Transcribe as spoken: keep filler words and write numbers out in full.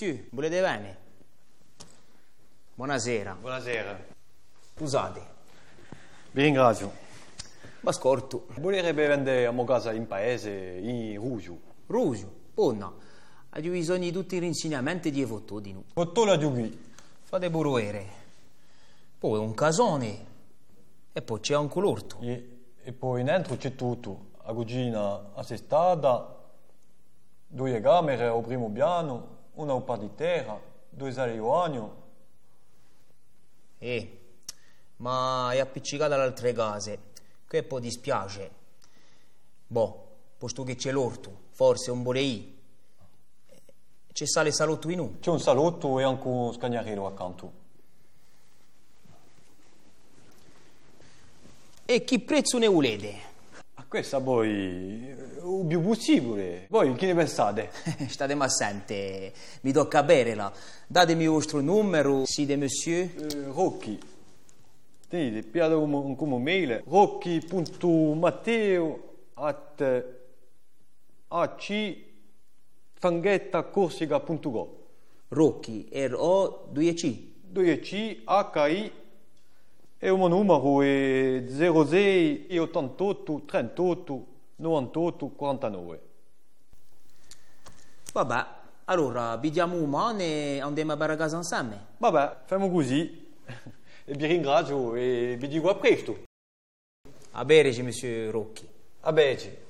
monsieur, volete bene? Buonasera. Buonasera. Scusate. Vi ringrazio. Ma scorto. Volerebbe vendere a mia casa in paese, in Rugio. Rugio? Oh no. Hai bisogno di tutti i rinsegnamenti di Evotto di noi. Ottola di qui. Fate buruere. Poi un casone. E poi c'è anche l'orto. E, e poi dentro c'è tutto. La cucina assestata, due camere al primo piano, una un po' di terra, due sale di bagno. Eh, ma è appiccicata alle altre case. Che poi dispiace. Boh, posto che c'è l'orto, forse un boleì. C'è sale salotto in un. C'è un salotto e anche un scagnarello accanto. E che prezzo ne volete? A questa poi il più possibile. Voi che ne pensate? State ma assente, mi tocca bere là. Datemi il vostro numero, sì de monsieur. Eh, Rocchi. Tenete, piato come, come mail. Rocchi.matteo at ac fanghetta punto com. Rocchi, R O due C. due C H I e il mio numero è zero sei ottantotto trentotto novantotto quarantanove. Vabbè, allora vi diamo un mano e andiamo a bere a casa insieme. Vabbè, facciamo così. E vi ringrazio e vi dico a presto. A bere, monsieur Rocchi. A bene.